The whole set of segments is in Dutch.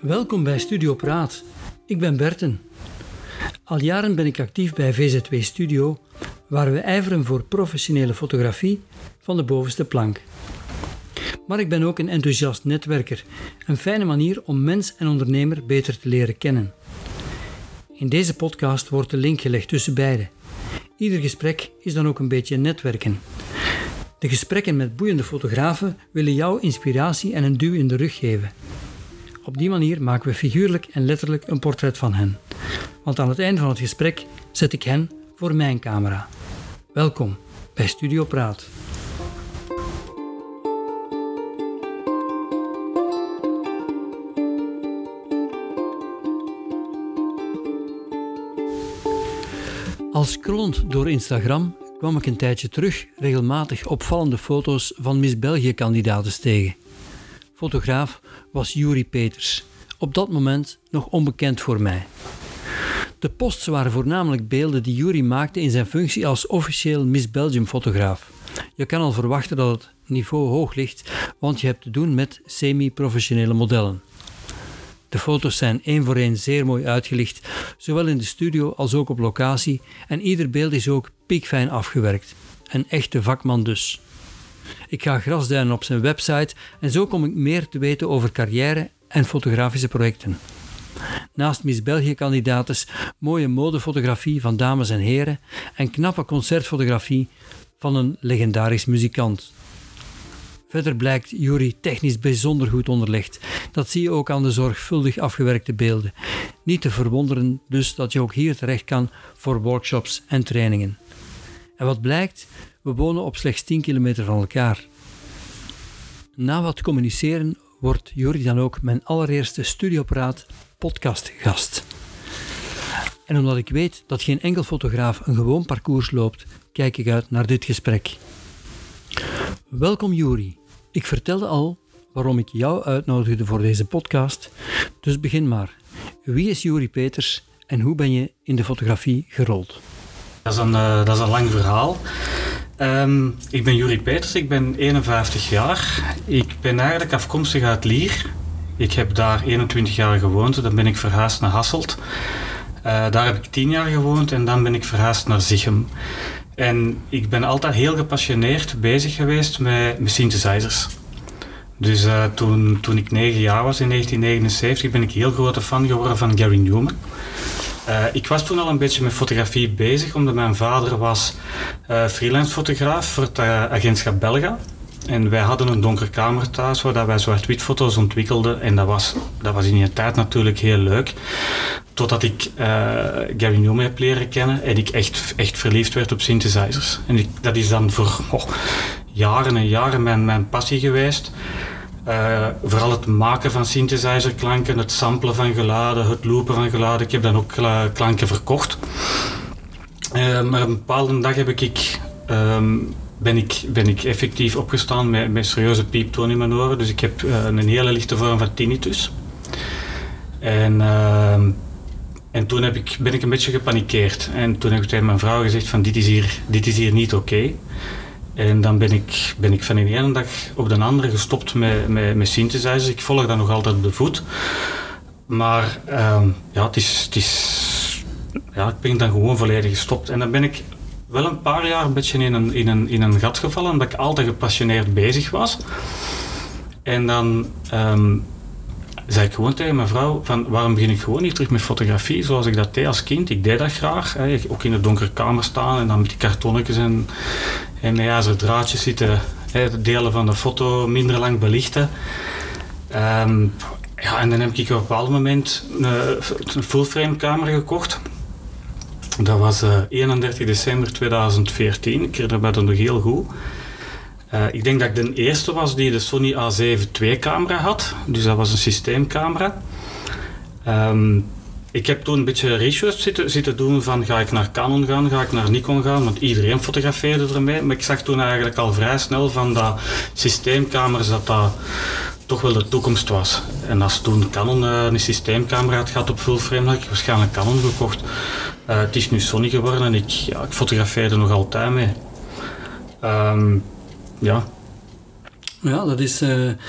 Welkom bij Studio Praat. Ik ben Berten. Al jaren ben ik actief bij VZW Studio, waar we ijveren voor professionele fotografie van de bovenste plank. Maar ik ben ook een enthousiast netwerker, een fijne manier om mens en ondernemer beter te leren kennen. In deze podcast wordt de link gelegd tussen beide. Ieder gesprek is dan ook een beetje netwerken. De gesprekken met boeiende fotografen willen jou inspiratie en een duw in de rug geven. Op die manier maken we figuurlijk en letterlijk een portret van hen. Want aan het einde van het gesprek zet ik hen voor mijn camera. Welkom bij Studio Praat. Al scrollend door Instagram kwam ik een tijdje terug regelmatig opvallende foto's van Miss België-kandidaten tegen. Fotograaf was Juri Peters, op dat moment nog onbekend voor mij. De posts waren voornamelijk beelden die Juri maakte in zijn functie als officieel Miss Belgium-fotograaf. Je kan al verwachten dat het niveau hoog ligt, want je hebt te doen met semi-professionele modellen. De foto's zijn één voor één zeer mooi uitgelicht, zowel in de studio als ook op locatie, en ieder beeld is ook piekfijn afgewerkt. Een echte vakman dus. Ik ga grasduinen op zijn website en zo kom ik meer te weten over carrière en fotografische projecten. Naast Miss België-kandidates mooie modefotografie van dames en heren en knappe concertfotografie van een legendarisch muzikant. Verder blijkt Juri technisch bijzonder goed onderlegd. Dat zie je ook aan de zorgvuldig afgewerkte beelden. Niet te verwonderen dus dat je ook hier terecht kan voor workshops en trainingen. En wat blijkt? We wonen op slechts 10 kilometer van elkaar. Na wat communiceren wordt Juri dan ook mijn allereerste Studio Praat podcastgast. En omdat ik weet dat geen enkel fotograaf een gewoon parcours loopt, kijk ik uit naar dit gesprek. Welkom Juri. Ik vertelde al waarom ik jou uitnodigde voor deze podcast, dus begin maar. Wie is Juri Peters en hoe ben je in de fotografie gerold? Dat is een lang verhaal. Ik ben Juri Peters, ik ben 51 jaar. Ik ben eigenlijk afkomstig uit Lier. Ik heb daar 21 jaar gewoond, dan ben ik verhuisd naar Hasselt. Daar heb ik 10 jaar gewoond en dan ben ik verhuisd naar Zichem. En ik ben altijd heel gepassioneerd bezig geweest met synthesizers. Dus toen ik 9 jaar was in 1979 ben ik heel grote fan geworden van Gary Numan. Ik was toen al een beetje met fotografie bezig, omdat mijn vader was freelance fotograaf voor het agentschap Belga. En wij hadden een donker kamer thuis waar wij zwart-wit foto's ontwikkelden. En dat was in die tijd natuurlijk heel leuk. Totdat ik Gary Numan heb leren kennen en ik echt verliefd werd op synthesizers. En dat is dan voor jaren en jaren mijn passie geweest. Vooral het maken van synthesizerklanken, het samplen van geluiden, het loopen van geluiden. Ik heb dan ook klanken verkocht. Maar een bepaalde dag ben ik effectief opgestaan met serieuze pieptoon in mijn oren. Dus ik heb een hele lichte vorm van tinnitus. En toen ben ik een beetje gepanikeerd. En toen heb ik tegen mijn vrouw gezegd van dit is hier niet oké. En dan ben ik van de ene dag op de andere gestopt met synthesizers. Ik volg dat nog altijd op de voet. Maar ik ben dan gewoon volledig gestopt. En dan ben ik wel een paar jaar een beetje in een gat gevallen, omdat ik altijd gepassioneerd bezig was. En dan zei ik gewoon tegen mijn vrouw van waarom begin ik gewoon niet terug met fotografie zoals ik dat deed als kind. Ik deed dat graag. Ook in de donkere kamer staan en dan met die kartonnetjes en met ijzeren draadjes zitten. De delen van de foto minder lang belichten. En dan heb ik op een bepaald moment een fullframe camera gekocht. Dat was 31 december 2014. Ik herinner me dat nog heel goed. Ik denk dat ik de eerste was die de Sony A7 II camera had. Dus dat was een systeemcamera. Ik heb toen een beetje research zitten doen van ga ik naar Canon gaan, ga ik naar Nikon gaan, want iedereen fotografeerde ermee. Maar ik zag toen eigenlijk al vrij snel van dat systeemcamera's dat toch wel de toekomst was. En als toen Canon een systeemcamera had gehad op fullframe, had ik waarschijnlijk Canon gekocht. Het is nu Sony geworden en ik fotografeerde nog altijd mee. Ja, dat is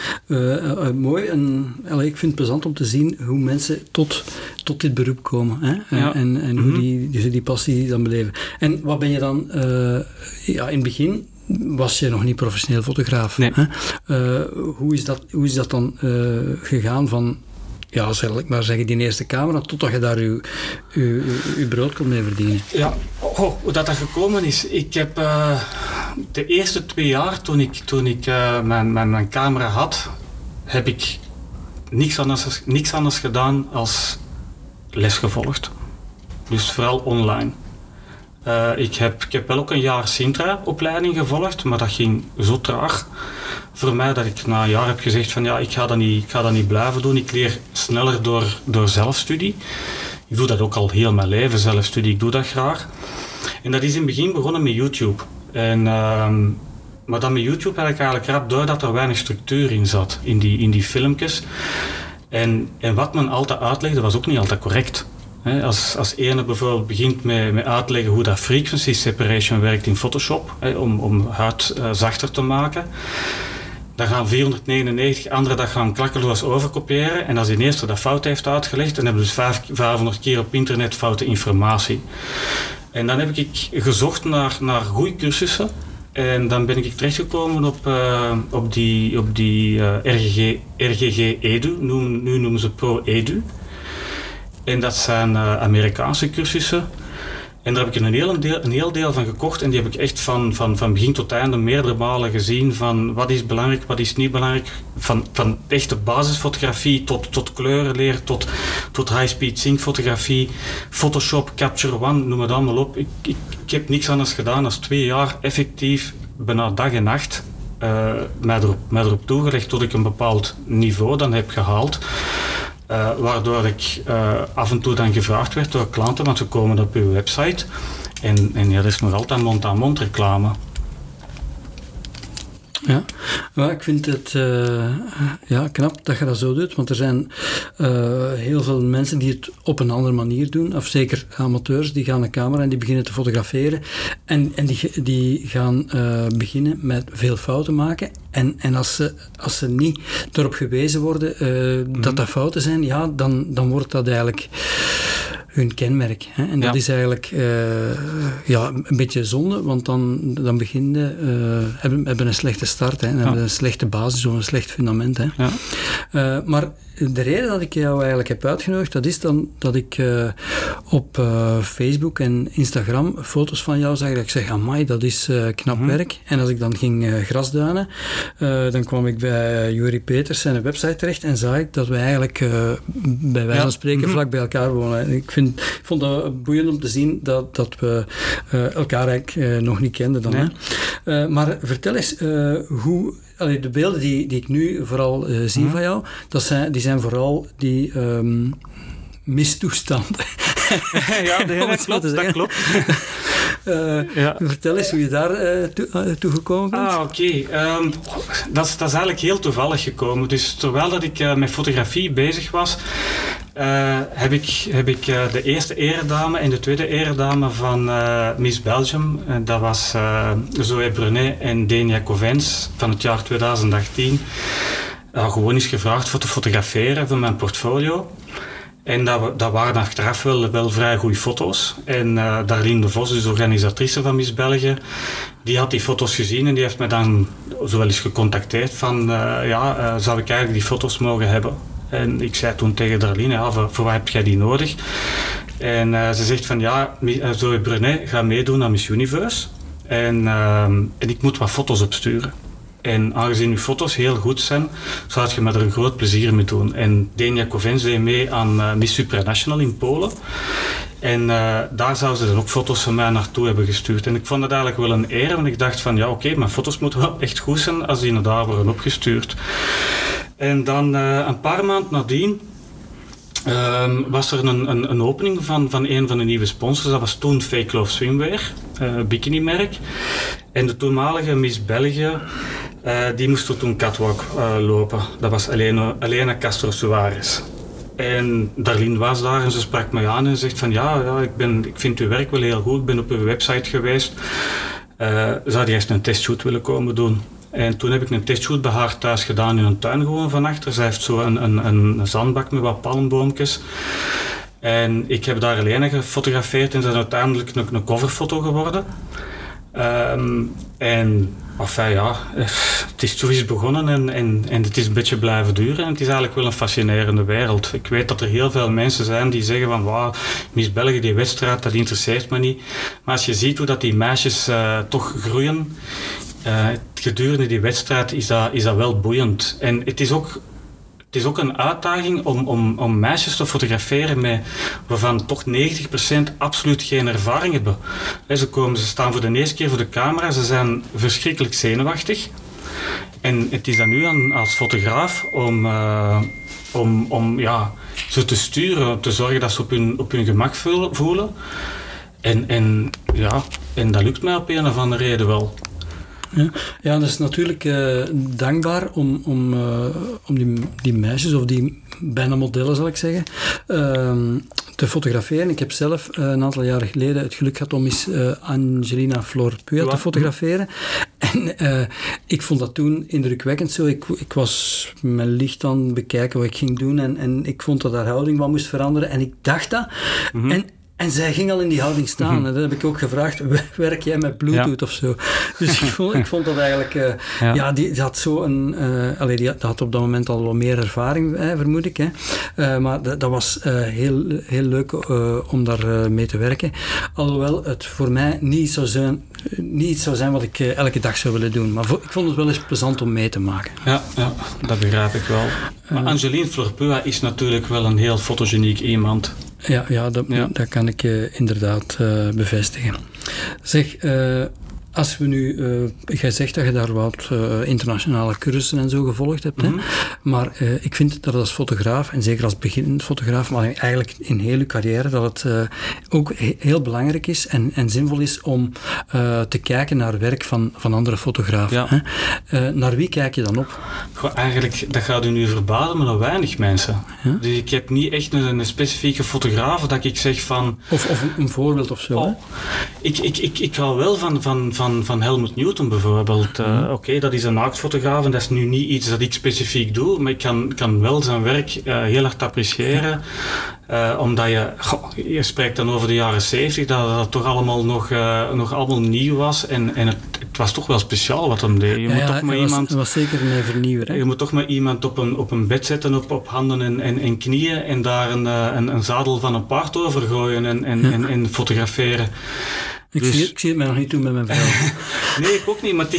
mooi en ik vind het plezant om te zien hoe mensen tot dit beroep komen. Hè? Ja. En hoe die passie dan beleven. En wat ben je dan... in het begin was je nog niet professioneel fotograaf. Nee. Hè? Hoe is dat dan gegaan van... Ja, zal ik maar zeggen, die eerste camera, totdat je daar je brood kon mee verdienen? Ja, hoe dat gekomen is. Ik heb de eerste 2 jaar, toen ik mijn camera had, heb ik niks anders gedaan als les gevolgd. Dus vooral online. Ik heb wel ook een jaar Sintra-opleiding gevolgd, maar dat ging zo traag voor mij dat ik na een jaar heb gezegd van ja, ik ga dat niet blijven doen. Ik leer sneller door zelfstudie. Ik doe dat ook al heel mijn leven, zelfstudie. Ik doe dat graag. En dat is in het begin begonnen met YouTube. Maar dan met YouTube had ik eigenlijk rap door dat er weinig structuur in zat, in die filmpjes. En wat men altijd uitlegde was ook niet altijd correct. Als ene bijvoorbeeld begint met uitleggen hoe dat frequency separation werkt in Photoshop, om huid zachter te maken, dan gaan 499 anderen dat gaan klakkeloos overkopiëren. En als die eerste dat fout heeft uitgelegd, dan hebben we dus 500 keer op internet foute informatie. En dan heb ik gezocht naar goede cursussen. En dan ben ik terechtgekomen op die RGG Edu, nu noemen ze Pro Edu. En dat zijn Amerikaanse cursussen. En daar heb ik een heel deel van gekocht. En die heb ik echt van begin tot einde meerdere malen gezien. Van wat is belangrijk, wat is niet belangrijk. Van echte basisfotografie tot kleurenleer, tot high-speed sync fotografie. Photoshop, Capture One, noem het allemaal op. Ik heb niks anders gedaan dan 2 jaar effectief, bijna dag en nacht, mij erop toegelegd tot ik een bepaald niveau dan heb gehaald. Waardoor ik af en toe dan gevraagd werd door klanten, want ze komen op uw website. En ja, dat is nog altijd mond-aan-mond reclame. Ja, maar ik vind het knap dat je dat zo doet, want er zijn heel veel mensen die het op een andere manier doen, of zeker amateurs, die gaan een camera en die beginnen te fotograferen en die gaan beginnen met veel fouten maken en als ze niet erop gewezen worden dat fouten zijn, ja, dan wordt dat eigenlijk hun kenmerk. Hè? En dat is eigenlijk een beetje zonde, want dan begin je, hebben een slechte start, hè? En hebben een slechte basis of een slecht fundament. Hè? Ja. Maar de reden dat ik jou eigenlijk heb uitgenodigd, dat is dan dat ik op Facebook en Instagram foto's van jou zag, dat ik zeg, amai, dat is knap werk. En als ik dan ging grasduinen, dan kwam ik bij Juri Peters zijn website terecht en zag ik dat we eigenlijk bij wijze van spreken vlak bij elkaar wonen. Ik vond dat boeiend om te zien dat we elkaar eigenlijk nog niet kenden dan. Nee. Hè. Maar vertel eens, de beelden die ik nu vooral zie van jou, die zijn vooral die mistoestanden. Ja, dat klopt. Vertel eens hoe je daar toe gekomen bent. Oké. Dat is eigenlijk heel toevallig gekomen. Dus terwijl dat ik met fotografie bezig was, heb ik de eerste eredame en de tweede eredame van Miss Belgium, dat was Zoe Brunet en Denia Covens van het jaar 2018, gewoon eens gevraagd voor te fotograferen voor mijn portfolio. En dat waren achteraf wel vrij goede foto's. En Darlene de Vos, dus de organisatrice van Miss België, die had die foto's gezien en die heeft mij dan zo wel eens gecontacteerd van zou ik eigenlijk die foto's mogen hebben? En ik zei toen tegen Darlene, voor wat heb jij die nodig? En ze zegt van Zoe Brunet gaat meedoen aan Miss Universe en ik moet wat foto's opsturen. En aangezien uw foto's heel goed zijn, zou je me er een groot plezier mee doen. En Denia Covens deed mee aan Miss Supranational in Polen. En daar zou ze dan ook foto's van mij naartoe hebben gestuurd. En ik vond het eigenlijk wel een eer, want ik dacht van mijn foto's moeten wel echt goed zijn als die naar daar worden opgestuurd. En dan een paar maanden nadien was er een opening van een van de nieuwe sponsors. Dat was toen Fake Love Swimwear, bikini-merk. En de toenmalige Miss België, die moest er toen catwalk lopen. Dat was Elena Castro Soares. En Darlene was daar en ze sprak mij aan en zegt van ik vind uw werk wel heel goed. Ik ben op uw website geweest. Zou die eerst een testshoot willen komen doen? En toen heb ik een testshoot bij haar thuis gedaan in een tuin gewoon van achter. Zij heeft zo een zandbak met wat palmboompjes. En ik heb daar alleen gefotografeerd en dat is uiteindelijk een coverfoto geworden. Het is zoiets begonnen en het is een beetje blijven duren. En het is eigenlijk wel een fascinerende wereld. Ik weet dat er heel veel mensen zijn die zeggen van wauw, Miss België, die wedstrijd, dat interesseert me niet. Maar als je ziet hoe dat die meisjes toch groeien, gedurende die wedstrijd is dat wel boeiend. En het is ook een uitdaging om meisjes te fotograferen waarvan toch 90% absoluut geen ervaring hebben. Ze staan voor de eerste keer voor de camera, ze zijn verschrikkelijk zenuwachtig. En het is dan nu als fotograaf om ze te sturen, te zorgen dat ze op hun gemak voelen. En dat lukt mij op een of andere reden wel. Ja, dat is natuurlijk dankbaar om die meisjes, of die bijna modellen zal ik zeggen, te fotograferen. Ik heb zelf een aantal jaren geleden het geluk gehad om eens Angelina Flor-Puya te fotograferen. En ik vond dat toen indrukwekkend zo. Ik was mijn licht aan het bekijken wat ik ging doen en ik vond dat haar houding wat moest veranderen en ik dacht dat. Mm-hmm. En zij ging al in die houding staan. Mm-hmm. En dat heb ik ook gevraagd, werk jij met Bluetooth of zo? Dus ik vond dat eigenlijk... die had zo die had op dat moment al wat meer ervaring, vermoed ik. Maar dat was heel, heel leuk om daar mee te werken. Alhoewel het voor mij niet iets zou zijn wat ik elke dag zou willen doen. Maar ik vond het wel eens plezant om mee te maken. Ja, dat begrijp ik wel. Maar Angelina Flor-Puya is natuurlijk wel een heel fotogeniek iemand. Ja, dat kan ik inderdaad bevestigen. Zeg, als we nu... jij zegt dat je daar wat internationale cursussen en zo gevolgd hebt, mm-hmm. Maar ik vind dat als fotograaf, en zeker als beginnend fotograaf, maar eigenlijk in heel je carrière, dat het ook heel belangrijk is en zinvol is om te kijken naar werk van andere fotografen. Ja. Naar wie kijk je dan op? Goh, eigenlijk, dat gaat u nu verbazen, maar nog weinig mensen. Ja? Dus ik heb niet echt een specifieke fotograaf dat ik zeg van... Of een voorbeeld of zo. Oh, ik hou wel van Helmut Newton bijvoorbeeld. Oké, dat is een naaktfotograaf en dat is nu niet iets dat ik specifiek doe, maar ik kan wel zijn werk heel hard appreciëren. Omdat je spreekt dan over de jaren 70, dat het toch allemaal nog allemaal nieuw was en het was toch wel speciaal wat hem deed. Het was zeker een vernieuwer. Hè? Je moet toch maar iemand op een bed zetten, op handen en knieën en daar een zadel van een paard over gooien en fotograferen. Ik zie het mij nog niet doen met mijn vrouw. Nee, ik ook niet, maar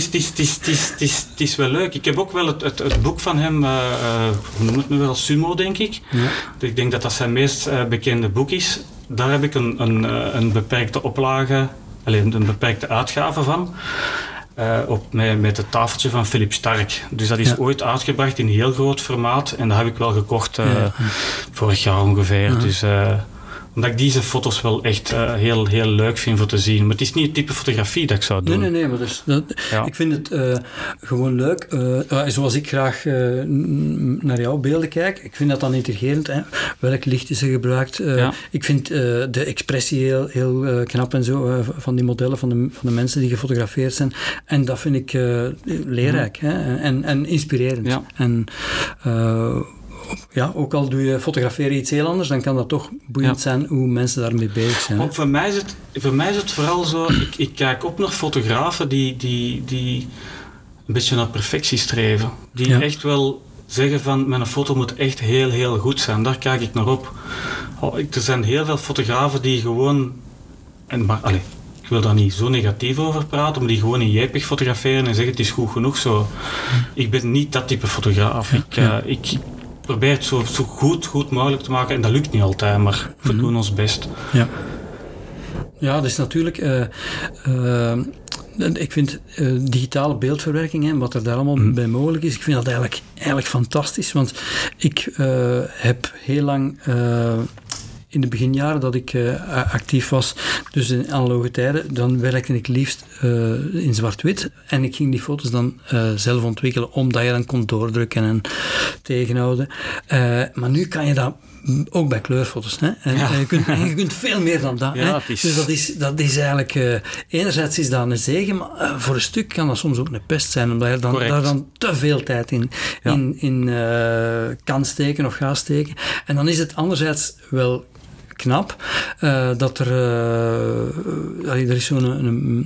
het is wel leuk. Ik heb ook wel het boek van hem, hoe noem het nu wel, Sumo, denk ik. Ja. Ik denk dat dat zijn meest bekende boek is. Daar heb ik een beperkte oplage, een beperkte uitgave van. Met het tafeltje van Philip Stark. Dus dat is ooit uitgebracht in heel groot formaat en dat heb ik wel gekocht vorig jaar ongeveer. Ja. Dus... omdat ik deze foto's wel echt heel, heel leuk vind voor te zien. Maar het is niet het type fotografie dat ik zou doen. Nee, maar ik vind het gewoon leuk. Zoals ik graag naar jouw beelden kijk. Ik vind dat dan intrigerend. Hè. Welk licht is er gebruikt? Ik vind de expressie heel, heel knap en zo van die modellen, van de mensen die gefotografeerd zijn. En dat vind ik leerrijk en inspirerend. Ja. En... ook al doe je fotograferen iets heel anders, dan kan dat toch boeiend zijn hoe mensen daarmee bezig zijn. Maar voor mij is het vooral zo, ik kijk op naar fotografen die een beetje naar perfectie streven. Die echt wel zeggen van, mijn foto moet echt heel, heel goed zijn. Daar kijk ik naar op. Er zijn heel veel fotografen die gewoon... ik wil daar niet zo negatief over praten, maar die gewoon in JPEG fotograferen en zeggen, het is goed genoeg zo. Ik ben niet dat type fotograaf. Ik probeer het zo goed mogelijk te maken en dat lukt niet altijd, maar we doen ons best. Ja, dat is natuurlijk... ik vind digitale beeldverwerking en wat er daar allemaal bij mogelijk is, ik vind dat eigenlijk fantastisch, want ik heb heel lang... in de beginjaren dat ik actief was, dus in analoge tijden, dan werkte ik liefst in zwart-wit en ik ging die foto's dan zelf ontwikkelen, omdat je dan kon doordrukken en tegenhouden. Maar nu kan je dat ook bij kleurfoto's. Hè? En je kunt veel meer dan dat. Ja, hè? Dus dat is eigenlijk... enerzijds is dat een zegen, maar voor een stuk kan dat soms ook een pest zijn, omdat je daar dan te veel tijd in kan steken of gaat steken. En dan is het anderzijds wel knap dat er is zo'n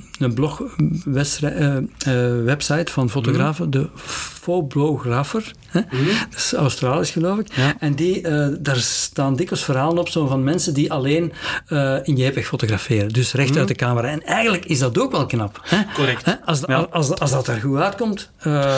website van fotografen, de Photographer, dat is Australisch geloof ik, en daar staan dikwijls verhalen op zo van mensen die alleen in JPEG fotograferen, dus recht uit de camera. En eigenlijk is dat ook wel knap. Hè? Correct. Hè? Als dat er goed uitkomt,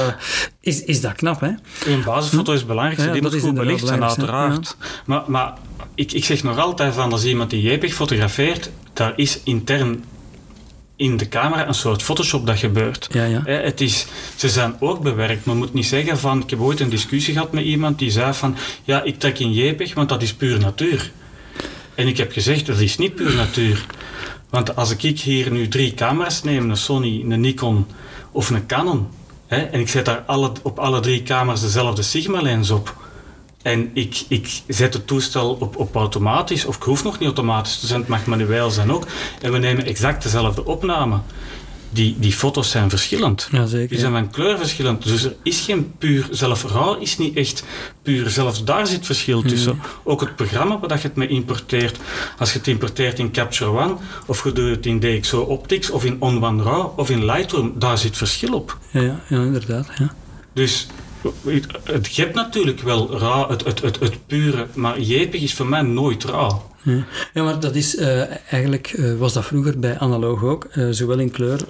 is dat knap. Hè? Een basisfoto is belangrijk, die moet goed belicht zijn uiteraard. Ja. Maar ik zeg nog altijd van, als iemand die JPEG fotografeert, daar is intern in de camera een soort Photoshop dat gebeurt. Ja. Ze zijn ook bewerkt. Men moet niet zeggen van... Ik heb ooit een discussie gehad met iemand die zei van... Ja, ik trek in JPEG, want dat is puur natuur. En ik heb gezegd, dat is niet puur natuur. Want als ik hier nu 3 camera's neem, een Sony, een Nikon of een Canon, en ik zet daar op alle 3 camera's dezelfde Sigma-lens op... En ik zet het toestel op automatisch, of ik hoef nog niet automatisch te zijn, het mag manueel zijn ook. En we nemen exact dezelfde opname. Die foto's zijn verschillend. Ja, zeker. Die zijn van kleur verschillend. Dus er is geen puur, zelf RAW is niet echt puur. Zelfs daar zit verschil tussen. Ook het programma waar je het mee importeert. Als je het importeert in Capture One, of je doet het in DxO Optics, of in On1 RAW, of in Lightroom, daar zit verschil op. Ja, inderdaad. Ja. Dus... Je hebt natuurlijk wel RAW, het pure, maar JPEG is voor mij nooit RAW. Ja, maar dat is eigenlijk was dat vroeger bij analoog ook, zowel in kleur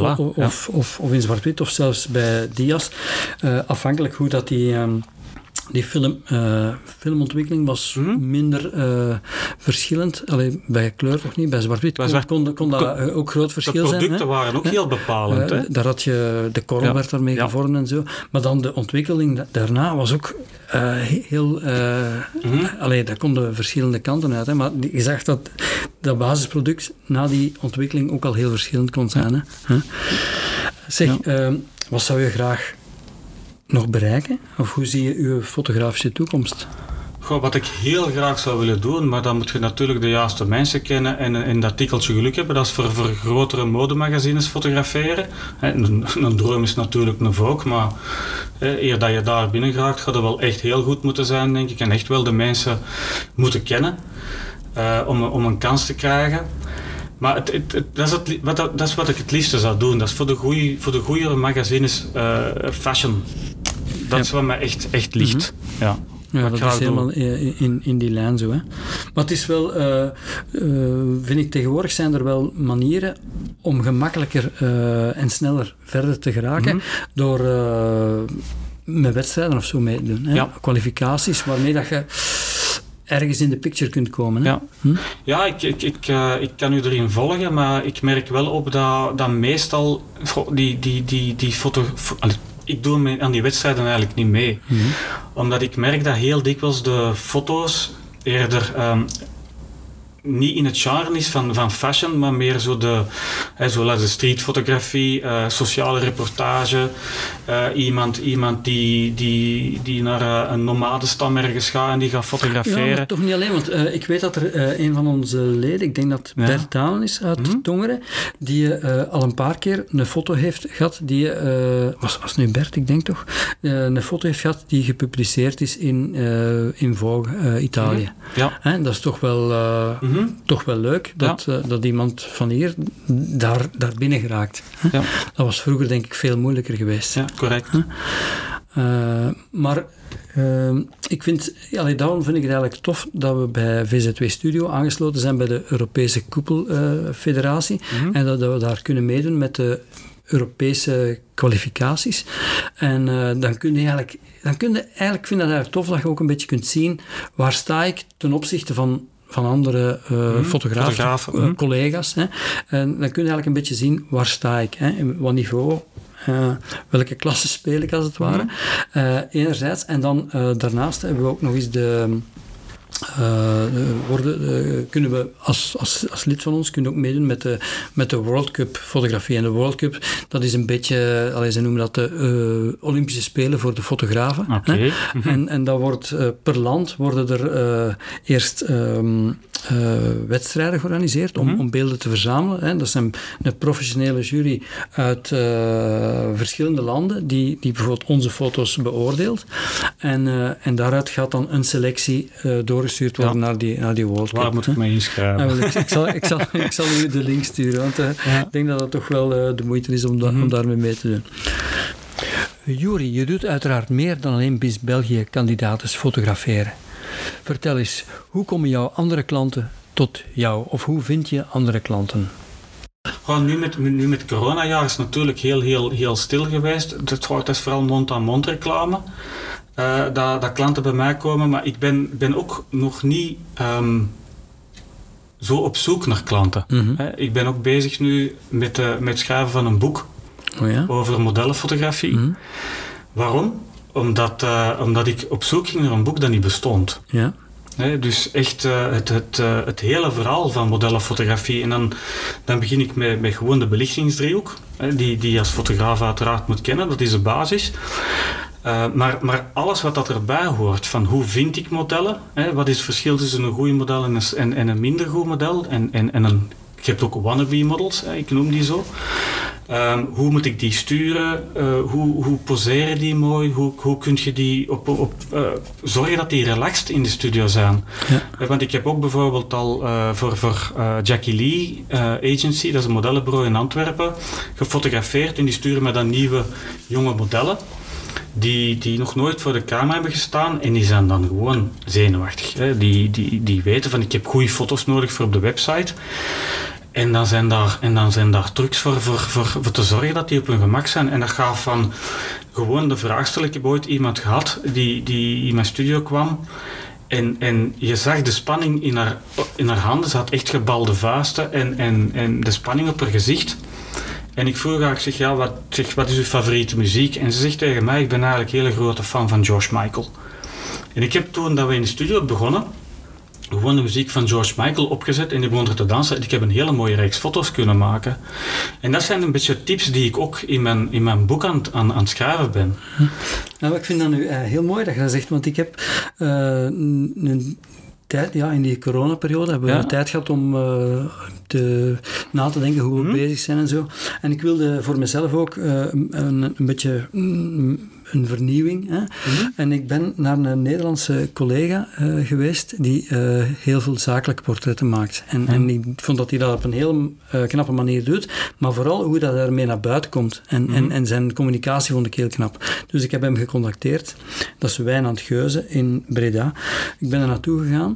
of in zwart-wit of zelfs bij dia's, afhankelijk hoe dat die filmontwikkeling was minder verschillend. Alleen bij kleur nog niet, bij zwart-wit kon dat ook groot verschil zijn. De producten waren ook heel bepalend. Daar had je, de korrel werd daarmee gevormd en zo. Maar dan de ontwikkeling daarna was ook heel... daar konden verschillende kanten uit. Hè. Maar je zag dat basisproduct na die ontwikkeling ook al heel verschillend kon zijn. Hè. Zeg, wat zou je graag nog bereiken? Of hoe zie je uw fotografische toekomst? Goh, wat ik heel graag zou willen doen, maar dan moet je natuurlijk de juiste mensen kennen en dat tikkeltje geluk hebben. Dat is voor grotere modemagazines fotograferen. Een droom is natuurlijk een Vogue, maar eer dat je daar binnen geraakt, gaat het wel echt heel goed moeten zijn, denk ik. En echt wel de mensen moeten kennen om een kans te krijgen. Maar dat is wat ik het liefste zou doen. Dat is voor de goede magazines fashion. Dat is wat mij echt ligt. Ja. Ja, dat is helemaal in die lijn zo. Hè. Maar het is wel, vind ik tegenwoordig zijn er wel manieren om gemakkelijker en sneller verder te geraken door met wedstrijden of zo mee te doen. Hè. Ja. Kwalificaties waarmee dat je ergens in de picture kunt komen. Hè? Ja, ik kan u erin volgen, maar ik merk wel op dat meestal die foto... Ik doe aan die wedstrijden eigenlijk niet mee. Omdat ik merk dat heel dikwijls de foto's eerder niet in het genre is van fashion, maar meer zo zoals de streetfotografie, sociale reportage, iemand die naar een nomadenstam ergens gaat en die gaat fotograferen. Ja, maar toch niet alleen, want ik weet dat er een van onze leden, ik denk dat Bert Dalen is uit Tongeren, die al een paar keer een foto heeft gehad, die was nu Bert, ik denk toch, een foto heeft gehad die gepubliceerd is in Vogue, Italië. Ja. Dat is toch wel... Toch wel leuk dat iemand van hier daar binnen geraakt. Ja. Dat was vroeger denk ik veel moeilijker geweest. Ja, correct. Maar daarom vind ik het eigenlijk tof dat we bij VZW Studio aangesloten zijn bij de Europese Koepelfederatie en dat we daar kunnen meedoen met de Europese kwalificaties. En dan kun je eigenlijk, ik vind dat eigenlijk tof dat je ook een beetje kunt zien waar sta ik ten opzichte van andere fotografen, collega's. Hè. En dan kun je eigenlijk een beetje zien waar sta ik, hè, in wat niveau, welke klasse speel ik als het ware. Enerzijds. En dan daarnaast hebben we ook nog eens kunnen we als lid van ons kunnen ook meedoen met de World Cup fotografie. En de World Cup, dat is een beetje, ze noemen dat de Olympische Spelen voor de fotografen. Okay. En dat wordt per land worden er eerst wedstrijden georganiseerd om beelden te verzamelen. Hè. Dat is een professionele jury uit verschillende landen die bijvoorbeeld onze foto's beoordeelt. En daaruit gaat dan een selectie doorgestuurd worden naar die World Cup. Waar moet ik mij inschrijven? Ik zal u de link sturen, want ik denk dat het toch wel de moeite is om daarmee mee te doen. Juri, je doet uiteraard meer dan alleen Miss België-kandidaten fotograferen. Vertel eens, hoe komen jouw andere klanten tot jou? Of hoe vind je andere klanten? Nu met coronajaar is het natuurlijk heel stil geweest. Het is vooral mond-aan-mond reclame. Dat klanten bij mij komen, maar ik ben ook nog niet zo op zoek naar klanten. Ik ben ook bezig nu met het schrijven van een boek over modellenfotografie. Waarom? Omdat ik op zoek ging naar een boek dat niet bestond. Ja. Dus echt het hele verhaal van modellenfotografie. En dan begin ik met gewoon de belichtingsdriehoek, die je als fotograaf uiteraard moet kennen, dat is de basis. Maar alles wat dat erbij hoort, van hoe vind ik modellen, wat is het verschil tussen een goed model en een minder goed model, je hebt ook wannabe models, ik noem die zo. Hoe moet ik die sturen? Hoe poseren die mooi? Hoe kun je die zorgen dat die relaxed in de studio zijn? Ja. Want ik heb ook bijvoorbeeld al voor Jackie Lee Agency, dat is een modellenbureau in Antwerpen, gefotografeerd en die sturen me dan nieuwe jonge modellen. Die nog nooit voor de camera hebben gestaan en die zijn dan gewoon zenuwachtig. Hè. Die weten van ik heb goede foto's nodig voor op de website. En dan zijn daar trucs voor te zorgen dat die op hun gemak zijn. En dat gaat van gewoon de vraag stellen. Ik heb ooit iemand gehad die in mijn studio kwam. En je zag de spanning in haar handen. Ze had echt gebalde vuisten en de spanning op haar gezicht. En ik vroeg haar, ik zeg, wat is uw favoriete muziek? En ze zegt tegen mij, ik ben eigenlijk een hele grote fan van George Michael. En ik heb toen dat we in de studio begonnen, gewoon de muziek van George Michael opgezet en die begon er te dansen. En ik heb een hele mooie reeks foto's kunnen maken. En dat zijn een beetje tips die ik ook in mijn boek aan het schrijven ben. Nou, ik vind dat nu heel mooi dat je dat zegt, want ik heb een tijd, in die coronaperiode hebben we tijd gehad om na te denken hoe we bezig zijn en zo. En ik wilde voor mezelf ook een beetje een vernieuwing. Hè? En ik ben naar een Nederlandse collega geweest die heel veel zakelijke portretten maakt. En ik vond dat hij dat op een heel knappe manier doet, maar vooral hoe dat daarmee naar buiten komt. En zijn communicatie vond ik heel knap. Dus ik heb hem gecontacteerd. Dat is Wijnand Geuze in Breda. Ik ben er naartoe gegaan.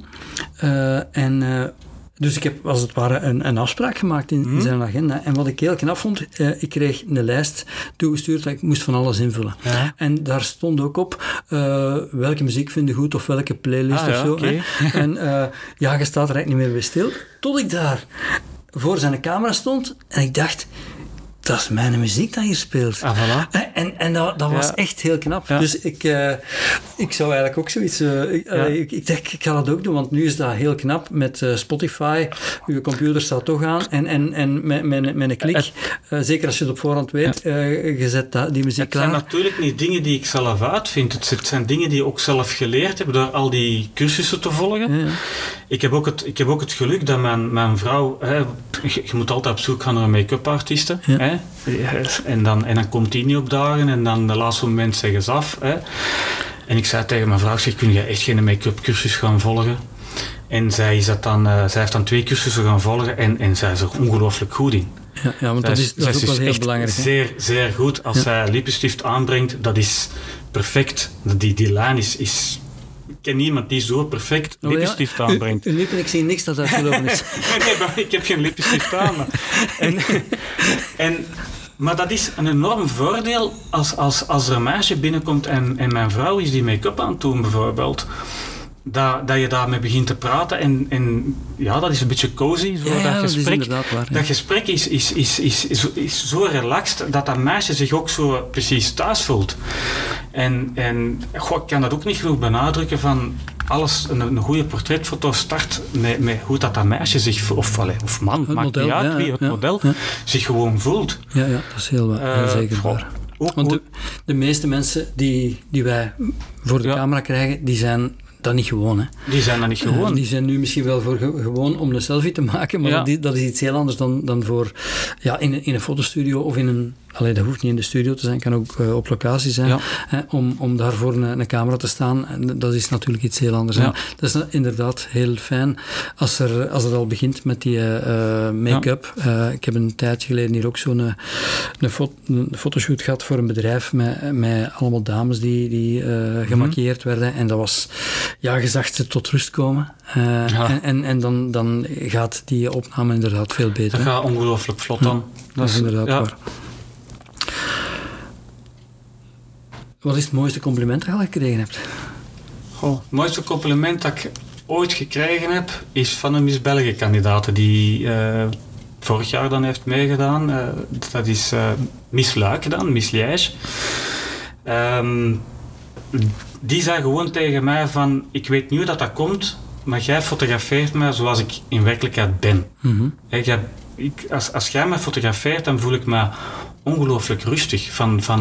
Dus ik heb als het ware een afspraak gemaakt in zijn agenda. En wat ik heel knap vond, ik kreeg een lijst toegestuurd dat ik moest van alles invullen. Ja. En daar stond ook op welke muziek vind je goed of welke playlist of zo. Okay. En je staat er eigenlijk niet meer bij stil. Tot ik daar voor zijn camera stond en ik dacht, dat is mijn muziek dat hier speelt. Ah, voilà. En dat was echt heel knap. Ja. Dus ik zou eigenlijk ook zoiets... Ik dacht, ik ga dat ook doen, want nu is dat heel knap met Spotify. Uw computer staat toch aan. En met een klik, zeker als je het op voorhand weet, je zet die muziek klaar. Het zijn natuurlijk niet dingen die ik zelf uitvind. Het zijn dingen die ik ook zelf geleerd heb door al die cursussen te volgen. Ja. Ik heb ook het geluk dat mijn vrouw... je moet altijd op zoek gaan naar een make-up artieste. Ja. En dan komt die niet op dagen en dan de laatste moment zeggen ze af. En ik zei tegen mijn vrouw, kun je echt geen make-up cursus gaan volgen? En zij heeft dan 2 cursussen gaan volgen en zij is er ongelooflijk goed in. Ja, want dat is ook wel heel belangrijk. Zeer, zeer goed. Als zij lippenstift aanbrengt, dat is perfect. Die lijn is ik ken niemand die zo perfect lippenstift aanbrengt. Uw lippen, ik zie niks dat uitgelopen is. Nee, maar ik heb geen lippenstift aan. Maar dat is een enorm voordeel als er een meisje binnenkomt en mijn vrouw is die make-up aan het doen bijvoorbeeld. Dat je daarmee begint te praten en dat is een beetje cozy. Dat gesprek is zo relaxed dat meisje zich ook zo precies thuis voelt. En ik kan dat ook niet genoeg benadrukken van alles, een goede portretfoto start met hoe dat meisje zich, of man, het maakt model, niet uit wie, het model, zich gewoon voelt. Ja, dat is heel zeker waar. Want de meeste mensen die wij voor de camera krijgen, die zijn dat niet gewoon. Hè. Die zijn dat niet gewoon. Die zijn nu misschien wel voor gewoon om een selfie te maken, maar dat is iets heel anders dan voor in een fotostudio of in een... dat hoeft niet in de studio te zijn, kan ook op locatie zijn. Hè, om daar voor een camera te staan, en dat is natuurlijk iets heel anders. Ja. Dat is inderdaad heel fijn als het al begint met die make-up. Ik heb een tijdje geleden hier ook zo'n fotoshoot gehad voor een bedrijf met allemaal dames die gemaquilleerd werden. En dat was... Ja, je zag ze tot rust komen. En dan gaat die opname inderdaad veel beter. Dat gaat ongelooflijk vlot dan. Dat is inderdaad waar. Wat is het mooiste compliment dat je al gekregen hebt? Het mooiste compliment dat ik ooit gekregen heb, is van een Miss België-kandidaat die vorig jaar dan heeft meegedaan. Dat is Miss Luik dan, Miss Liège. Die zei gewoon tegen mij van, ik weet niet hoe dat komt, maar jij fotografeert mij zoals ik in werkelijkheid ben. Mm-hmm. Als jij mij fotografeert, dan voel ik me ongelooflijk rustig.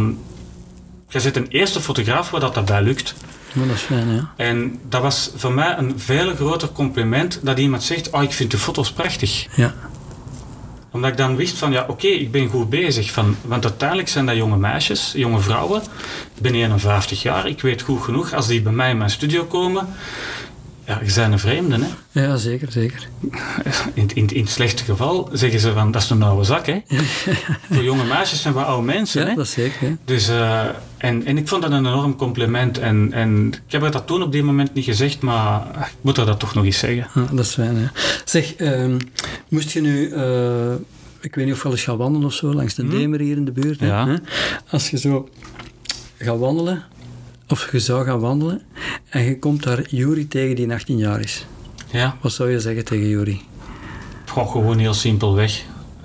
Jij bent een eerste fotograaf waar dat bij lukt. Ja, dat is fijn, ja. En dat was voor mij een veel groter compliment dat iemand zegt, ik vind de foto's prachtig. Ja. Omdat ik dan wist van, ik ben goed bezig. Want uiteindelijk zijn dat jonge meisjes, jonge vrouwen. Ik ben 51 jaar, ik weet goed genoeg, als die bij mij in mijn studio komen, je bent een vreemde, hè? Ja, zeker. In het slechte geval zeggen ze van, dat is een oude zak, hè? Voor jonge meisjes zijn we oude mensen, hè? Ja, dat is zeker, hè? Dus, en ik vond dat een enorm compliment. En ik heb dat toen op die moment niet gezegd, maar ik moet dat toch nog eens zeggen. Ja, dat is fijn, hè? Zeg, moest je nu... ik weet niet of je wel eens gaat wandelen of zo, langs de Demer hier in de buurt. Ja. Hè? Als je zo gaat wandelen, of je zou gaan wandelen, en je komt daar Juri tegen die 18 jaar is. Ja. Wat zou je zeggen tegen Juri? Gewoon heel simpelweg.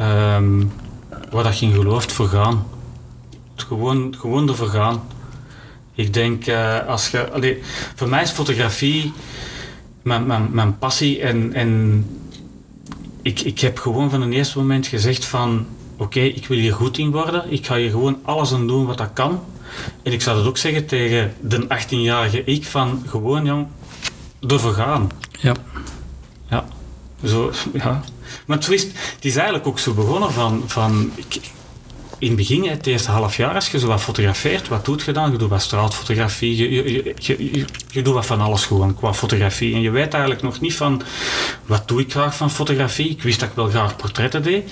Waar dat je in gelooft, voor gaan. Gewoon ervoor gaan. Ik denk, voor mij is fotografie mijn passie en ik heb gewoon van het eerste moment gezegd van, oké, ik wil hier goed in worden. Ik ga hier gewoon alles aan doen wat dat kan. En ik zou dat ook zeggen tegen de 18-jarige ik van, gewoon jong, ervoor gaan. Ja. Ja. Zo, ja. Maar het is eigenlijk ook zo begonnen van in het begin, het eerste half jaar, als je zo wat fotografeert, wat doet je dan? Je doet wat straatfotografie, je doet wat van alles gewoon qua fotografie. En je weet eigenlijk nog niet van, wat doe ik graag van fotografie? Ik wist dat ik wel graag portretten deed,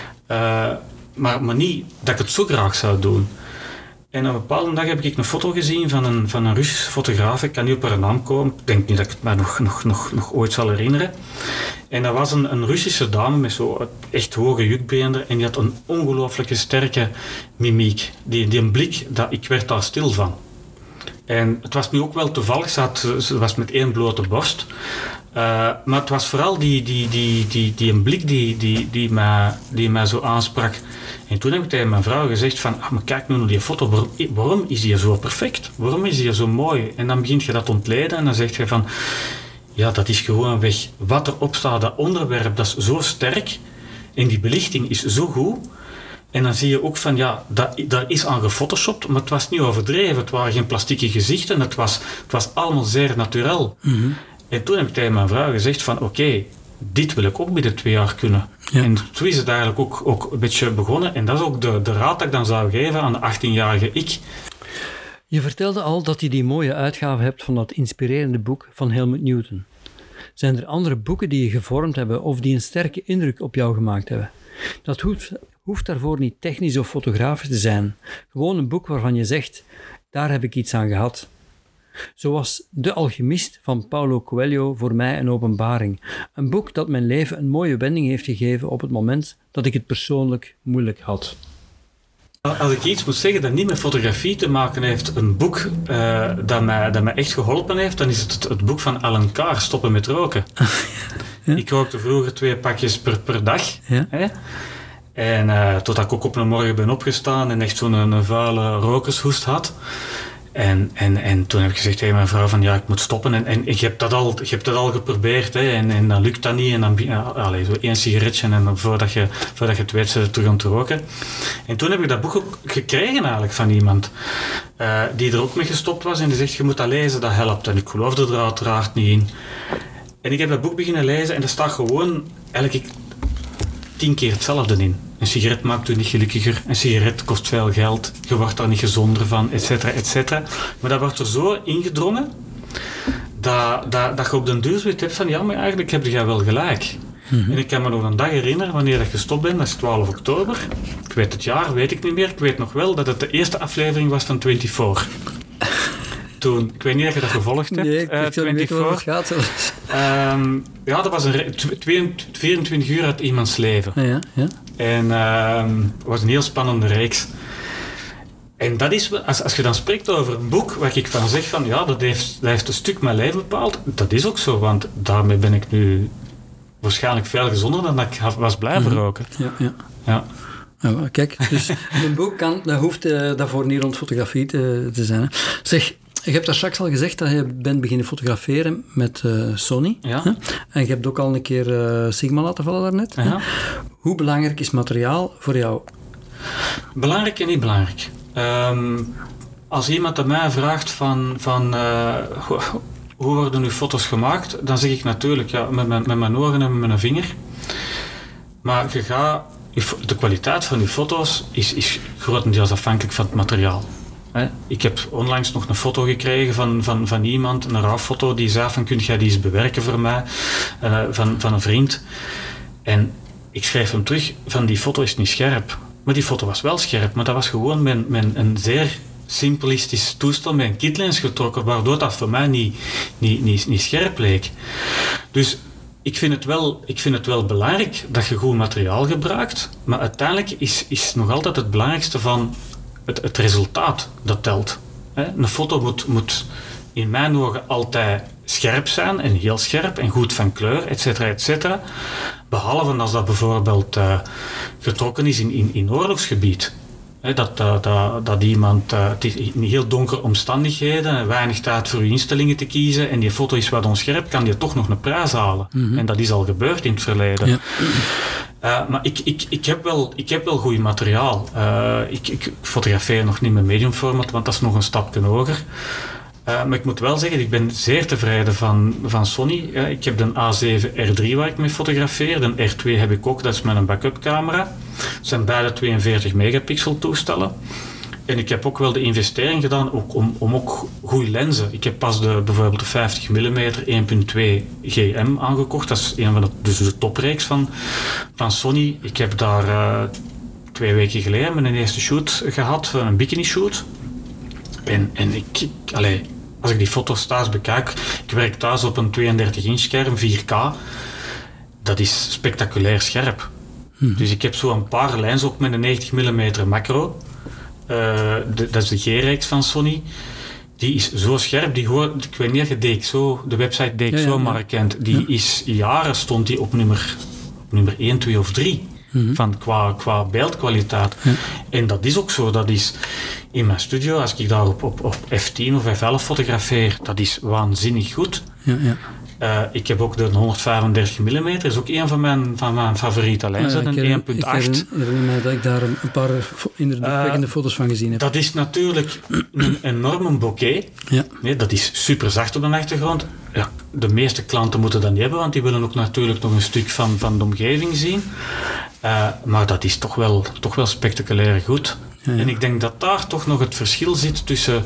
maar niet dat ik het zo graag zou doen. En op een bepaalde dag heb ik een foto gezien van een Russische fotograaf. Ik kan niet op haar naam komen. Ik denk niet dat ik het mij nog ooit zal herinneren. En dat was een Russische dame met zo'n echt hoge jukbeender. En die had een ongelooflijke sterke mimiek. Die een blik, ik werd daar stil van. En het was nu ook wel toevallig. Ze was met 1 blote borst. Maar het was vooral die een blik die mij zo aansprak. En toen heb ik tegen mijn vrouw gezegd van, maar kijk nu naar die foto, waarom is die zo perfect? Waarom is die zo mooi? En dan begint je dat te ontleden en dan zeg je van, ja, dat is gewoon weg. Wat erop staat, dat onderwerp, dat is zo sterk en die belichting is zo goed. En dan zie je ook van, daar is aan gefotoshopt, maar het was niet overdreven. Het waren geen plastieke gezichten, het was allemaal zeer natuurlijk. Mm-hmm. En toen heb ik tegen mijn vrouw gezegd van, oké, dit wil ik ook binnen 2 jaar kunnen. Ja. En zo is het eigenlijk ook een beetje begonnen. En dat is ook de raad dat ik dan zou geven aan de 18-jarige ik. Je vertelde al dat je die mooie uitgave hebt van dat inspirerende boek van Helmut Newton. Zijn er andere boeken die je gevormd hebben of die een sterke indruk op jou gemaakt hebben? Dat hoeft daarvoor niet technisch of fotografisch te zijn. Gewoon een boek waarvan je zegt, daar heb ik iets aan gehad. Zo was De Alchemist van Paulo Coelho voor mij een openbaring. Een boek dat mijn leven een mooie wending heeft gegeven op het moment dat ik het persoonlijk moeilijk had. Als ik iets moet zeggen dat niet met fotografie te maken heeft, een boek dat mij echt geholpen heeft, dan is het boek van Alan Carr, Stoppen met roken. Ja. Ik rookte vroeger 2 pakjes per dag. Ja. Hè? En totdat ik ook op een morgen ben opgestaan en echt zo'n vuile rokershoest had. En toen heb ik gezegd tegen mijn vrouw van ja, ik moet stoppen. En je hebt dat al geprobeerd, hè, en dan lukt dat niet. En dan zo 1 sigaretje en dan voordat je het weet, ze terug aan het roken. En toen heb ik dat boek ook gekregen eigenlijk van iemand die er ook mee gestopt was. En die zegt, je moet dat lezen, dat helpt. En ik geloofde er uiteraard niet in. En ik heb dat boek beginnen lezen en er staat gewoon eigenlijk 10 keer hetzelfde in. Een sigaret maakt u niet gelukkiger, een sigaret kost veel geld, je wordt daar niet gezonder van, et cetera, et cetera. Maar dat wordt er zo ingedrongen dat je op den duur zoiets hebt van ja, maar eigenlijk heb je wel gelijk. Mm-hmm. En ik kan me nog een dag herinneren wanneer ik gestopt ben, dat is 12 oktober. Ik weet het jaar, weet ik niet meer. Ik weet nog wel dat het de eerste aflevering was van 24. Toen, ik weet niet of je dat gevolgd hebt. Nee, ik weet niet weten waar het gaat. Ja, dat was 24 uur uit iemands leven. Ja. En het was een heel spannende reeks. En dat is, als je dan spreekt over een boek waar ik van zeg van ja, dat heeft een stuk mijn leven bepaald. Dat is ook zo, want daarmee ben ik nu waarschijnlijk veel gezonder dan dat ik was blijven roken. Ja. Ja, kijk, dus een boek dat hoeft daarvoor niet rond fotografie te zijn. Hè. Zeg, je hebt daar straks al gezegd dat je bent beginnen fotograferen met Sony. Ja. Hè? En je hebt ook al een keer Sigma laten vallen daarnet. Ja. Hoe belangrijk is materiaal voor jou? Belangrijk en niet belangrijk. Als iemand aan mij vraagt van hoe worden uw foto's gemaakt, dan zeg ik natuurlijk ja, met mijn ogen en met mijn vinger. Maar de kwaliteit van uw foto's is grotendeels afhankelijk van het materiaal. Ik heb onlangs nog een foto gekregen van iemand, een RAW-foto, die zei van kun jij die eens bewerken voor mij, van een vriend. En ik schreef hem terug van die foto is niet scherp. Maar die foto was wel scherp, maar dat was gewoon met een zeer simplistisch toestel met een kitlens getrokken, waardoor dat voor mij niet scherp leek. Dus ik vind het wel belangrijk dat je goed materiaal gebruikt, maar uiteindelijk is nog altijd het belangrijkste van het resultaat dat telt. Een foto moet in mijn ogen altijd scherp zijn en heel scherp en goed van kleur, et cetera, et cetera. Behalve als dat bijvoorbeeld getrokken is in oorlogsgebied. Dat iemand in heel donkere omstandigheden, weinig tijd voor uw instellingen te kiezen en die foto is wat onscherp, kan die toch nog een prijs halen. Mm-hmm. En dat is al gebeurd in het verleden. Ja. Maar ik heb wel goed materiaal. Ik fotografeer nog niet met medium format, want dat is nog een stapje hoger. Maar ik moet wel zeggen, ik ben zeer tevreden van Sony. Ik heb de A7 R3 waar ik mee fotografeer. De R2 heb ik ook, dat is met een backup camera. Het zijn beide 42 megapixel toestellen. En ik heb ook wel de investering gedaan om ook goede lenzen. Ik heb pas bijvoorbeeld de 50 mm 1.2 GM aangekocht. Dat is een van de topreeks van Sony. Ik heb daar 2 weken geleden mijn eerste shoot gehad, een bikini shoot. En als ik die foto's thuis bekijk, ik werk thuis op een 32-inch scherm, 4K. Dat is spectaculair scherp. Dus ik heb zo een paar lijns ook met een 90 mm macro. Dat is de G-reeks van Sony. Die is zo scherp, ik weet niet of je de website DxO maar kent. Die is jaren stond die op nummer 1, 2 of 3. Van qua beeldkwaliteit. Ja. En dat is ook zo. Dat is in mijn studio, als ik daar op F10 of F11 fotografeer, dat is waanzinnig goed. Ja. Ik heb ook de 135 mm, dat is ook een van mijn favoriete lenzen, een 1.8. Ik herinner mij dat ik daar een paar indrukwekkende foto's van gezien heb. Dat is natuurlijk een enorme bokeh. Ja. Nee, dat is super zacht op de achtergrond. Ja, de meeste klanten moeten dat niet hebben, want die willen ook natuurlijk nog een stuk van de omgeving zien. Maar dat is toch wel spectaculair goed. Ja. En ik denk dat daar toch nog het verschil zit tussen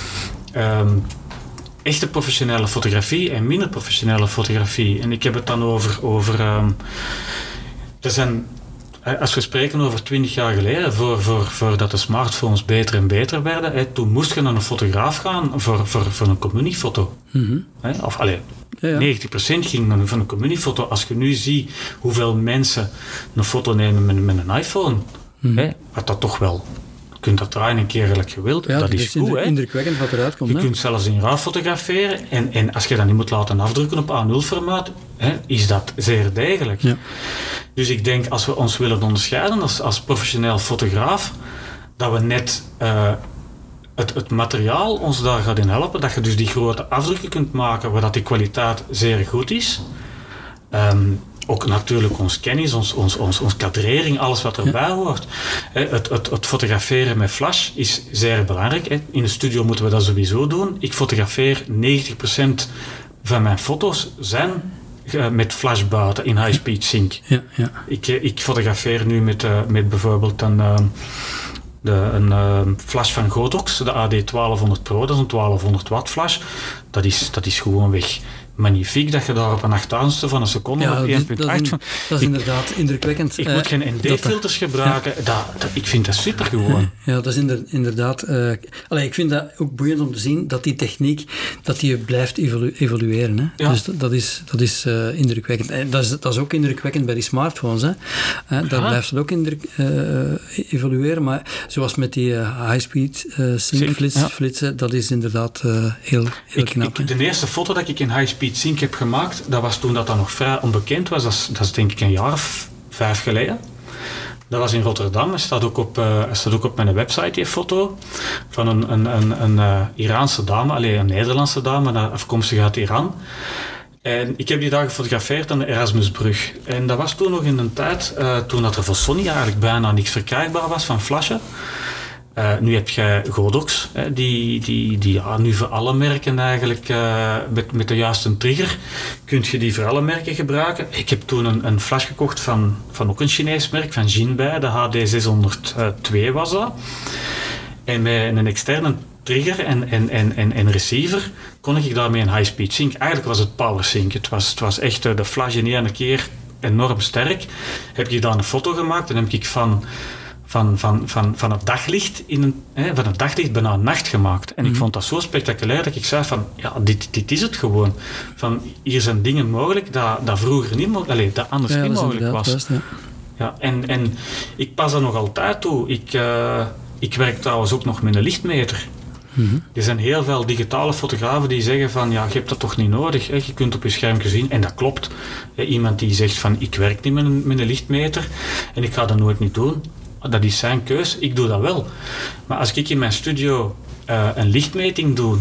echte professionele fotografie en minder professionele fotografie. En ik heb het dan over er zijn, als we spreken over 20 jaar geleden, voordat de smartphones beter en beter werden, toen moest je naar een fotograaf gaan voor een communiefoto. Mm-hmm. Of 90% ging naar een communiefoto. Als je nu ziet hoeveel mensen een foto nemen met een iPhone, wat dat toch wel... Je kunt dat draaien een keer gelijk je wilt. Ja, dat is goed, hè? Indrukwekkend wat eruit komt. Je kunt zelfs in RAW fotograferen. En als je dat niet moet laten afdrukken op A0-formaat, is dat zeer degelijk. Ja. Dus ik denk, als we ons willen onderscheiden als professioneel fotograaf, dat we net het materiaal ons daar gaat in helpen, dat je dus die grote afdrukken kunt maken, waar dat die kwaliteit zeer goed is. Ook natuurlijk ons kennis, ons kadrering, alles wat erbij hoort. Het fotograferen met flash is zeer belangrijk. In de studio moeten we dat sowieso doen. Ik fotografeer 90% van mijn foto's zijn met flash buiten in high-speed sync. Ja. Ik fotografeer nu met bijvoorbeeld een flash van Godox, de AD1200 Pro, dat is een 1200 watt flash. Dat is gewoon weg magnifiek dat je daar op een 8000ste van een seconde op 1.8 van... Dat is inderdaad indrukwekkend. Ik moet geen ND-filters gebruiken. Ik vind dat super gewoon. Ja, dat is inderdaad... ik vind dat ook boeiend om te zien dat die techniek dat die blijft evolueren. Hè. Ja. Dus dat is indrukwekkend. En dat is ook indrukwekkend bij die smartphones. Hè. Daar blijft het ook evolueren. Maar zoals met die high-speed flitsen, dat is inderdaad heel knap. De eerste foto dat ik in high-speed sync heb gemaakt, dat was toen dat nog vrij onbekend was. Dat is denk ik een jaar of 5 geleden. Dat was in Rotterdam. Er staat ook op mijn website die foto van een Iraanse dame, een Nederlandse dame, afkomstig uit Iran. En ik heb die daar gefotografeerd aan de Erasmusbrug. En dat was toen nog in een tijd, toen dat er voor Sony eigenlijk bijna niks verkrijgbaar was van flashen. Nu heb je Godox, die nu voor alle merken eigenlijk, met de juiste trigger, kun je die voor alle merken gebruiken. Ik heb toen een flash gekocht van ook een Chinees merk, van Jinbei, de HD602 was dat. En met een externe trigger en receiver kon ik daarmee een high-speed sync. Eigenlijk was het power sync. Het was echt de flash in één keer enorm sterk. Heb ik daar een foto gemaakt en heb ik van het daglicht van het daglicht bijna nacht gemaakt. En ik vond dat zo spectaculair dat ik zei van, ja, dit is het gewoon. Van, hier zijn dingen mogelijk dat vroeger niet mogelijk, dat anders niet mogelijk was. Best, ja. Ja, en ik pas dat nog altijd toe. Ik werk trouwens ook nog met een lichtmeter. Mm-hmm. Er zijn heel veel digitale fotografen die zeggen van, ja, je hebt dat toch niet nodig. Hè? Je kunt op je scherm zien, en dat klopt. Iemand die zegt van, ik werk niet met een lichtmeter en ik ga dat nooit niet doen. Dat is zijn keus, ik doe dat wel. Maar als ik in mijn studio een lichtmeting doe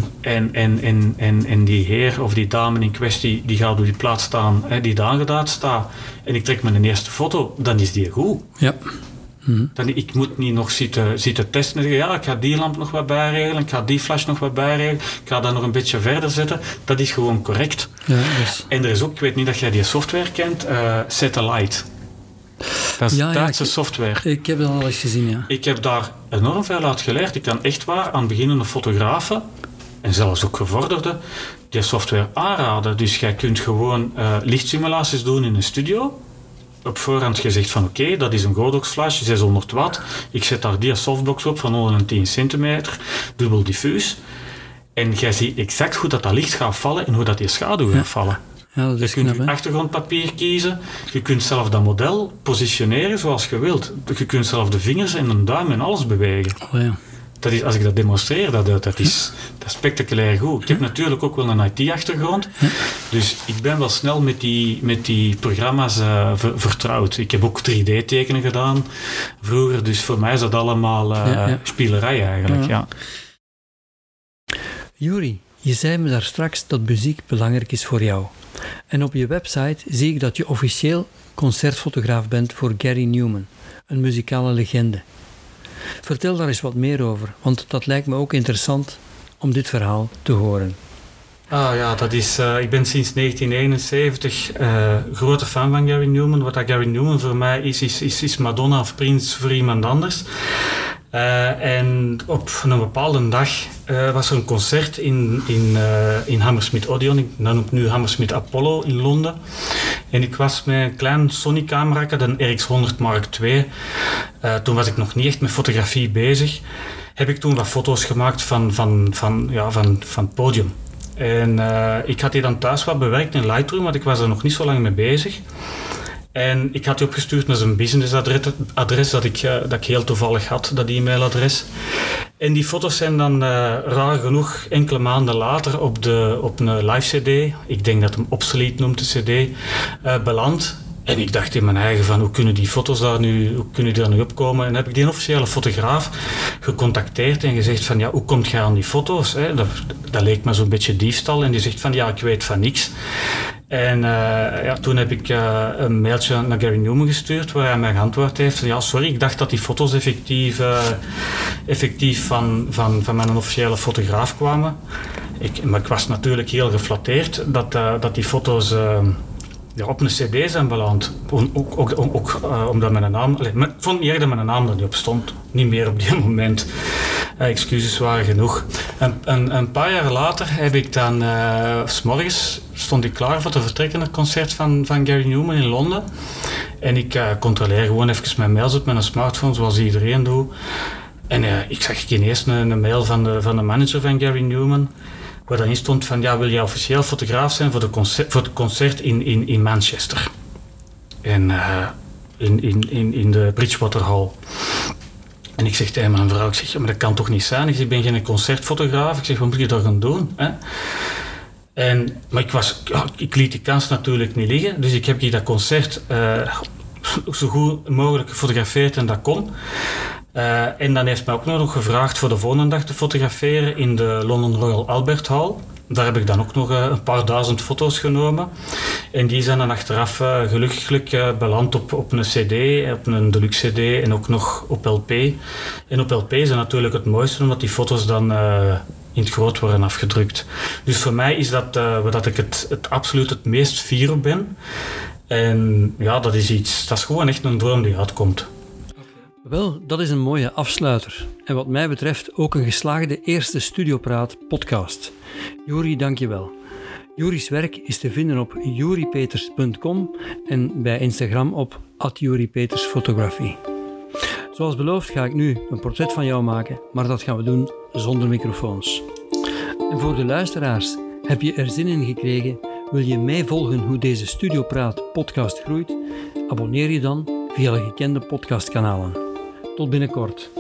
en die heer of die dame in kwestie die gaat op die plaats staan, die daar aangeduid staat, en ik trek mijn eerste foto, dan is die goed. Ja. Mm-hmm. Ik moet niet nog zitten testen en zeggen, ja, ik ga die lamp nog wat bijregelen, ik ga die flash nog wat bijregelen, ik ga dat nog een beetje verder zetten. Dat is gewoon correct. Ja, dus. En er is ook, ik weet niet dat jij die software kent, Satellite. Dat is Duitse software. Ik heb dat al eens gezien, ja. Ik heb daar enorm veel uit geleerd. Ik kan echt waar aan beginnende fotografen, en zelfs ook gevorderden, die software aanraden. Dus jij kunt gewoon lichtsimulaties doen in een studio. Op voorhand gezegd van oké, dat is een Godox flash, 600 watt. Ik zet daar die softbox op van 110 centimeter, dubbel diffuus. En jij ziet exact hoe dat licht gaat vallen en hoe dat die schaduw gaat vallen. Ja, je kunt je achtergrondpapier kiezen. Je kunt zelf dat model positioneren zoals je wilt. Je kunt zelf de vingers en een duim en alles bewegen. Oh ja. Dat is, als ik dat demonstreer, dat is spectaculair goed. Ik heb natuurlijk ook wel een IT-achtergrond. Dus ik ben wel snel met die programma's vertrouwd. Ik heb ook 3D-tekenen gedaan vroeger. Dus voor mij is dat allemaal spielerij eigenlijk. Ja. Juri, je zei me daar straks dat muziek belangrijk is voor jou. En op je website zie ik dat je officieel concertfotograaf bent voor Gary Numan, een muzikale legende. Vertel daar eens wat meer over, want dat lijkt me ook interessant om dit verhaal te horen. Ah ja, dat is, ik ben sinds 1971 grote fan van Gary Numan. Wat dat Gary Numan voor mij is Madonna of Prince voor iemand anders. En op een bepaalde dag was er een concert in Hammersmith Odeon. Ik noem het nu Hammersmith Apollo in Londen. En ik was met een klein Sony-camera, de RX100 Mark II. Toen was ik nog niet echt met fotografie bezig. Heb ik toen wat foto's gemaakt van het podium. En ik had die dan thuis wat bewerkt in Lightroom, want ik was er nog niet zo lang mee bezig. En ik had die opgestuurd naar zijn businessadres dat ik heel toevallig had, dat e-mailadres. En die foto's zijn dan raar genoeg enkele maanden later op een live cd, ik denk dat hem Obsolete noemt de cd, beland. En ik dacht in mijn eigen van, hoe kunnen die foto's daar nu opkomen? En heb ik die officiële fotograaf gecontacteerd en gezegd van, ja, hoe komt jij aan die foto's? Hè? Dat leek me zo'n beetje diefstal. En die zegt van, ja, ik weet van niks. En toen heb ik een mailtje naar Gary Newman gestuurd, waar hij mij geantwoord heeft van, ja, sorry, ik dacht dat die foto's effectief van mijn officiële fotograaf kwamen. Maar ik was natuurlijk heel geflatteerd dat die foto's op een cd zijn beland. Ook omdat mijn naam... ik vond niet erg dat mijn naam er niet op stond. Niet meer op die moment. Excuses waren genoeg. Een paar jaar later heb ik dan... 's morgens stond ik klaar voor te vertrekken naar het concert van Gary Newman in Londen. En ik controleer gewoon even mijn mails op mijn smartphone, zoals iedereen doet. En ik zag ineens een mail van de manager van Gary Newman, waar dan in stond van, ja, wil je officieel fotograaf zijn voor het concert in Manchester. En in de Bridgewater Hall. En ik zeg tegen mijn vrouw, ja, maar dat kan toch niet zijn? Ik zeg, ik ben geen concertfotograaf. Ik zeg, wat moet je daar gaan doen? Hè? Maar ik liet die kans natuurlijk niet liggen. Dus ik heb dat concert zo goed mogelijk gefotografeerd en dat kon. En dan heeft mij ook nog gevraagd voor de volgende dag te fotograferen in de London Royal Albert Hall. Daar heb ik dan ook nog een paar duizend foto's genomen. En die zijn dan achteraf gelukkig beland op een cd, op een deluxe cd en ook nog op LP. En op LP is dat natuurlijk het mooiste, omdat die foto's dan in het groot worden afgedrukt. Dus voor mij is dat waar ik het absoluut het meest fier op ben. En ja, dat is gewoon echt een droom die uitkomt. Wel, dat is een mooie afsluiter. En wat mij betreft ook een geslaagde eerste Studiopraat podcast. Juri, dank je wel. Juri's werk is te vinden op juripeters.com en bij Instagram op @juripetersfotografie. Zoals beloofd ga ik nu een portret van jou maken, maar dat gaan we doen zonder microfoons. En voor de luisteraars, heb je er zin in gekregen? Wil je meevolgen hoe deze Studiopraat podcast groeit? Abonneer je dan via de gekende podcastkanalen. Tot binnenkort.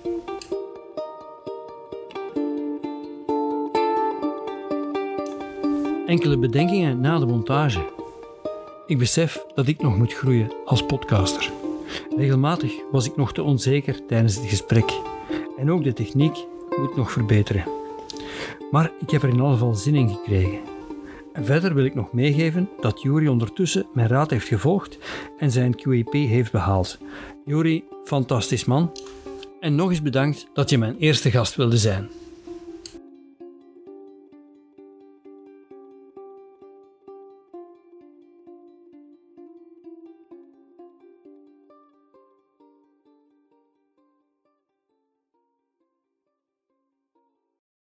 Enkele bedenkingen na de montage. Ik besef dat ik nog moet groeien als podcaster. Regelmatig was ik nog te onzeker tijdens het gesprek. En ook de techniek moet nog verbeteren. Maar ik heb er in ieder geval zin in gekregen. En verder wil ik nog meegeven dat Juri ondertussen mijn raad heeft gevolgd en zijn QAP heeft behaald. Juri, fantastisch man. En nog eens bedankt dat je mijn eerste gast wilde zijn.